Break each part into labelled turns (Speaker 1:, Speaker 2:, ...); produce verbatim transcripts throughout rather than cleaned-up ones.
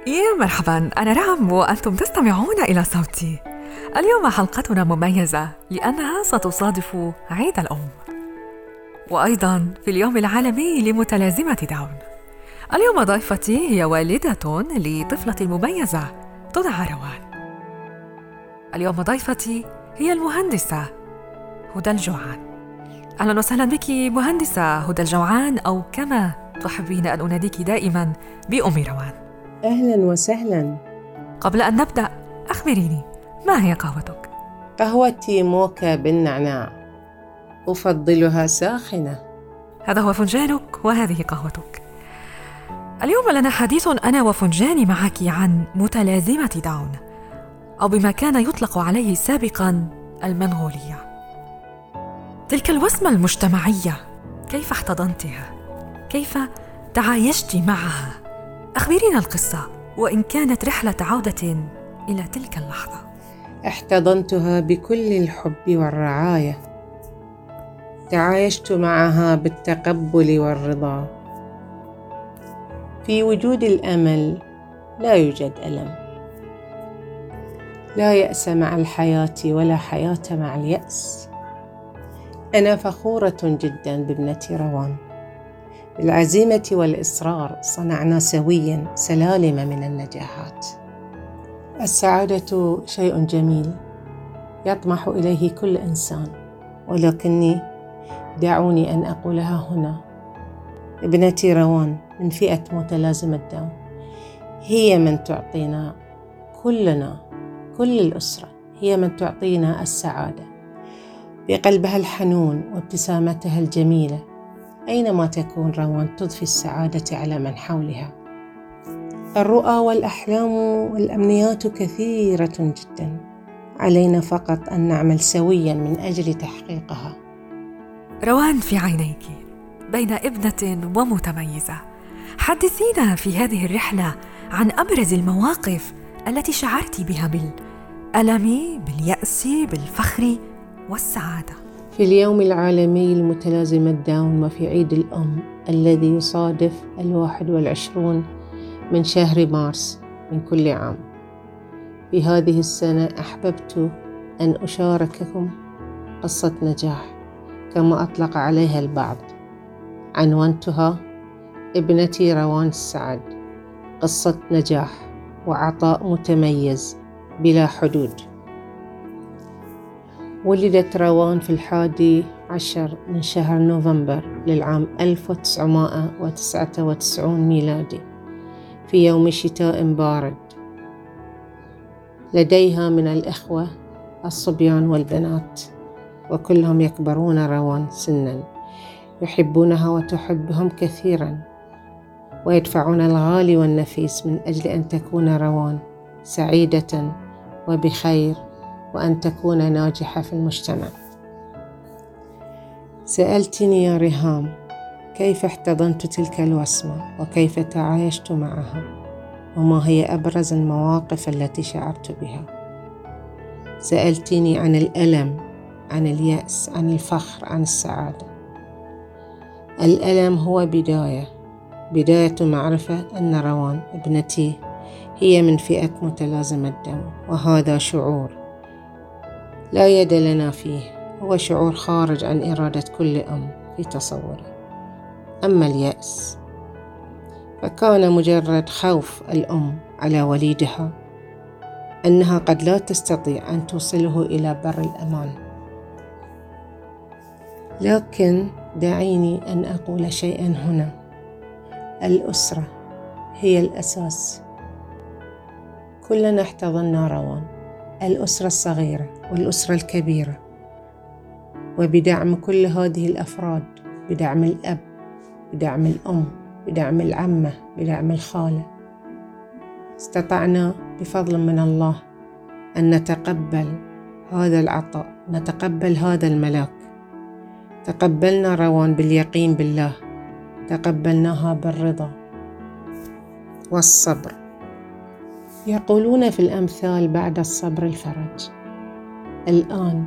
Speaker 1: يا مرحبا، أنا رام وأنتم تستمعون إلى صوتي. اليوم حلقتنا مميزة لأنها ستصادف عيد الأم، وأيضا في اليوم العالمي لمتلازمة داون. اليوم ضيفتي هي والدة لطفلة مميزة تدعى روان. اليوم ضيفتي هي المهندسة هدى الجوعان. أهلا وسهلا بك مهندسة هدى الجوعان، أو كما تحبين أن أناديك دائما بأم روان.
Speaker 2: أهلا وسهلا.
Speaker 1: قبل أن نبدأ أخبريني، ما هي قهوتك؟
Speaker 2: قهوتي موكا بالنعناع، أفضلها ساخنة.
Speaker 1: هذا هو فنجانك وهذه قهوتك. اليوم لنا حديث أنا وفنجاني معك عن متلازمة داون، أو بما كان يطلق عليه سابقا المنغولية. تلك الوسمة المجتمعية، كيف احتضنتها؟ كيف تعايشت معها؟ أخبرينا القصة، وإن كانت رحلة عودة إلى تلك اللحظة.
Speaker 2: احتضنتها بكل الحب والرعاية، تعايشت معها بالتقبل والرضا. في وجود الأمل لا يوجد ألم، لا يأس مع الحياة ولا حياة مع اليأس. أنا فخورة جدا بابنتي روان. بالعزيمة والإصرار صنعنا سويا سلالم من النجاحات. السعادة شيء جميل يطمح إليه كل إنسان، ولكني دعوني أن أقولها هنا. ابنتي روان من فئة متلازمة داون، هي من تعطينا كلنا، كل الأسرة، هي من تعطينا السعادة بقلبها الحنون وابتسامتها الجميلة. أينما تكون روان تضفي السعادة على من حولها. الرؤى والأحلام والأمنيات كثيرة جدا، علينا فقط أن نعمل سويا من أجل تحقيقها.
Speaker 1: روان في عينيك بين ابنة ومتميزة. حدثينا في هذه الرحلة عن أبرز المواقف التي شعرت بها بالألم، باليأس، بالفخر والسعادة.
Speaker 2: في اليوم العالمي لمتلازمة داون وفي عيد الأم الذي يصادف الواحد والعشرون من شهر مارس من كل عام، في هذه السنة أحببت أن أشارككم قصة نجاح كما أطلق عليها البعض. عنوانتها ابنتي روان السعد، قصة نجاح وعطاء متميز بلا حدود. ولدت روان في الحادي عشر من شهر نوفمبر للعام ألف وتسعمائة وتسعة وتسعين ميلادي، في يوم شتاء بارد. لديها من الإخوة الصبيان والبنات، وكلهم يكبرون روان سنا، يحبونها وتحبهم كثيرا، ويدفعون الغالي والنفيس من أجل أن تكون روان سعيدة وبخير، وأن تكون ناجحة في المجتمع. سألتني يا ريهام كيف احتضنت تلك الوسمة وكيف تعايشت معها، وما هي أبرز المواقف التي شعرت بها. سألتني عن الألم، عن اليأس، عن الفخر، عن السعادة. الألم هو بداية بداية معرفة أن روان ابنتي هي من فئة متلازمة داون، وهذا شعور لا يد لنا فيه، هو شعور خارج عن إرادة كل أم في تصوره. أما اليأس فكان مجرد خوف الأم على وليدها أنها قد لا تستطيع أن توصله إلى بر الأمان. لكن دعيني أن أقول شيئا هنا. الأسرة هي الأساس. كلنا احتضنا روان، الأسرة الصغيرة والأسرة الكبيرة، وبدعم كل هذه الأفراد، بدعم الأب، بدعم الأم، بدعم العمة، بدعم الخالة، استطعنا بفضل من الله أن نتقبل هذا العطاء، نتقبل هذا الملاك. تقبلنا روان باليقين بالله، تقبلناها بالرضا والصبر. يقولون في الأمثال بعد الصبر الفرج. الآن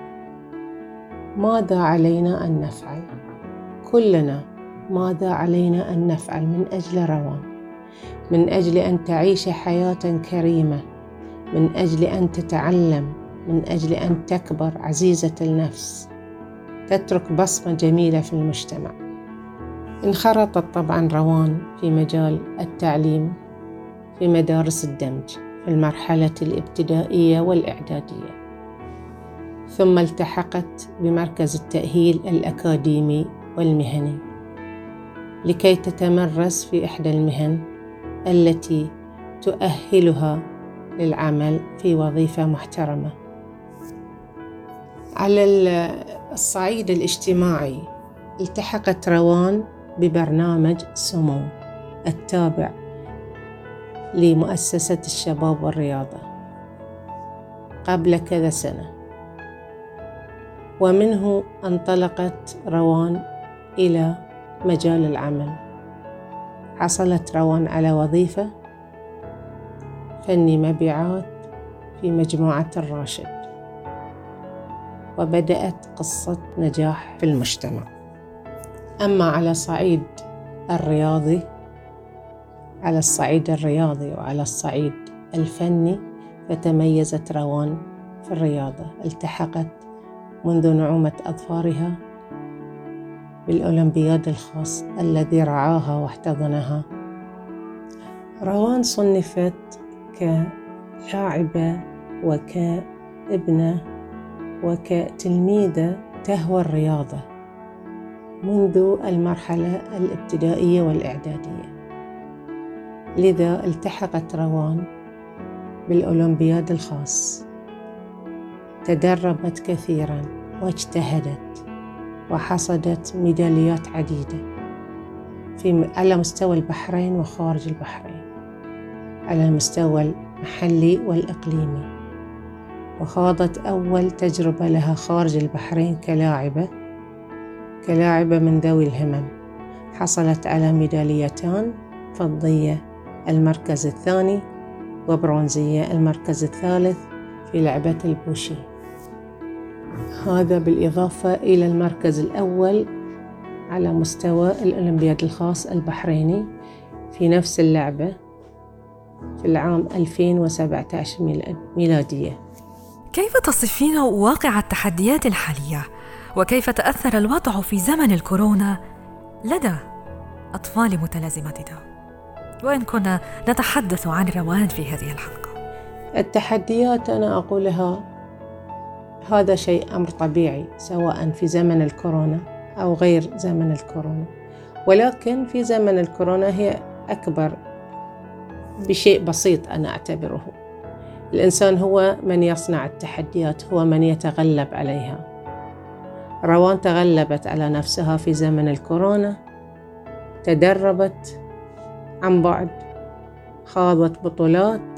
Speaker 2: ماذا علينا أن نفعل؟ كلنا ماذا علينا أن نفعل من أجل روان؟ من أجل أن تعيش حياة كريمة، من أجل أن تتعلم، من أجل أن تكبر عزيزة النفس، تترك بصمة جميلة في المجتمع. انخرطت طبعا روان في مجال التعليم في مدارس الدمج في المرحلة الابتدائية والإعدادية، ثم التحقت بمركز التأهيل الأكاديمي والمهني لكي تتمرس في إحدى المهن التي تؤهلها للعمل في وظيفة محترمة. على الصعيد الاجتماعي التحقت روان ببرنامج سمو التابع لمؤسسة الشباب والرياضة قبل كذا سنة، ومنه انطلقت روان إلى مجال العمل. حصلت روان على وظيفة فني مبيعات في مجموعة الراشد، وبدأت قصة نجاح في المجتمع. أما على صعيد الرياضي على الصعيد الرياضي وعلى الصعيد الفني فتميزت روان في الرياضة. التحقت منذ نعومة أظفارها بالأولمبياد الخاص الذي رعاها واحتضنها. روان صنفت كلاعبة وكابنة وكتلميذة تهوى الرياضة منذ المرحلة الابتدائية والإعدادية. لذا التحقت روان بالأولمبياد الخاص، تدربت كثيرا واجتهدت وحصدت ميداليات عديدة في على مستوى البحرين وخارج البحرين، على المستوى المحلي والإقليمي. وخاضت أول تجربة لها خارج البحرين كلاعبة كلاعبة من ذوي الهمم. حصلت على ميداليتان، فضية المركز الثاني وبرونزية المركز الثالث في لعبة البوشي. هذا بالإضافة إلى المركز الأول على مستوى الأولمبياد الخاص البحريني في نفس اللعبة في العام ألفين وسبعة عشر ميلادية.
Speaker 1: كيف تصفين واقع التحديات الحالية؟ وكيف تأثر الوضع في زمن الكورونا لدى أطفال متلازمة داون؟ وإن كنا نتحدث عن روان في هذه الحلقة.
Speaker 2: التحديات أنا أقولها هذا شيء أمر طبيعي سواء في زمن الكورونا أو غير زمن الكورونا، ولكن في زمن الكورونا هي أكبر بشيء بسيط. أنا أعتبره الإنسان هو من يصنع التحديات، هو من يتغلب عليها. روان تغلبت على نفسها في زمن الكورونا، تدربت عن بعد، خاضت بطولات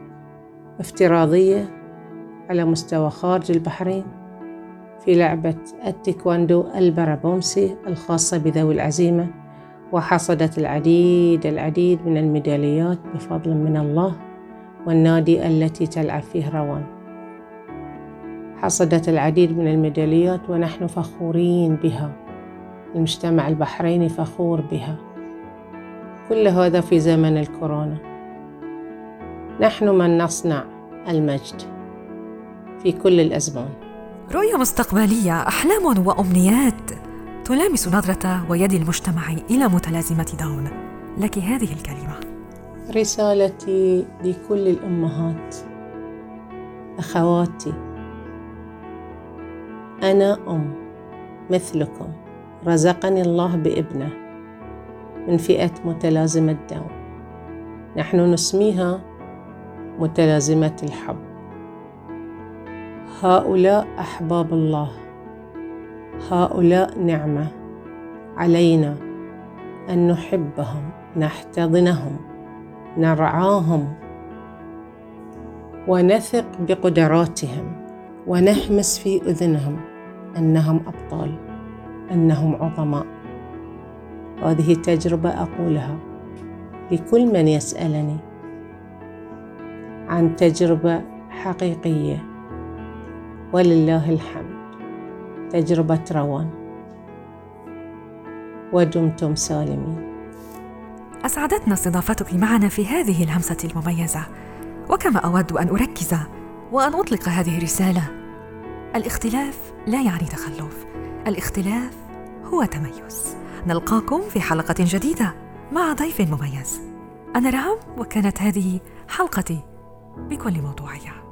Speaker 2: افتراضية على مستوى خارج البحرين في لعبة التايكواندو البارابونسي الخاصة بذوي العزيمة، وحصدت العديد العديد من الميداليات بفضل من الله والنادي التي تلعب فيه روان. حصدت العديد من الميداليات ونحن فخورين بها، المجتمع البحريني فخور بها. كل هذا في زمن الكورونا. نحن من نصنع المجد في كل الأزمان.
Speaker 1: رؤية مستقبلية، أحلام وأمنيات تلامس نظرة ويد المجتمع إلى متلازمة داون. لك هذه الكلمة.
Speaker 2: رسالتي لكل الأمهات، أخواتي، أنا أم مثلكم، رزقني الله بابنة من فئة متلازمة داون. نحن نسميها متلازمة الحب. هؤلاء أحباب الله، هؤلاء نعمة علينا أن نحبهم، نحتضنهم، نرعاهم، ونثق بقدراتهم، ونحمس في أذنهم أنهم أبطال، أنهم عظماء. هذه تجربة أقولها لكل من يسألني عن تجربة حقيقية، ولله الحمد، تجربة روان. ودمتم سالمين.
Speaker 1: أسعدتنا استضافتك معنا في هذه الهمسة المميزة، وكما أود أن أركز وأن أطلق هذه الرسالة: الاختلاف لا يعني تخلف، الاختلاف هو تميز. نلقاكم في حلقة جديدة مع ضيف مميز. أنا رام، وكانت هذه حلقتي بكل موضوعية.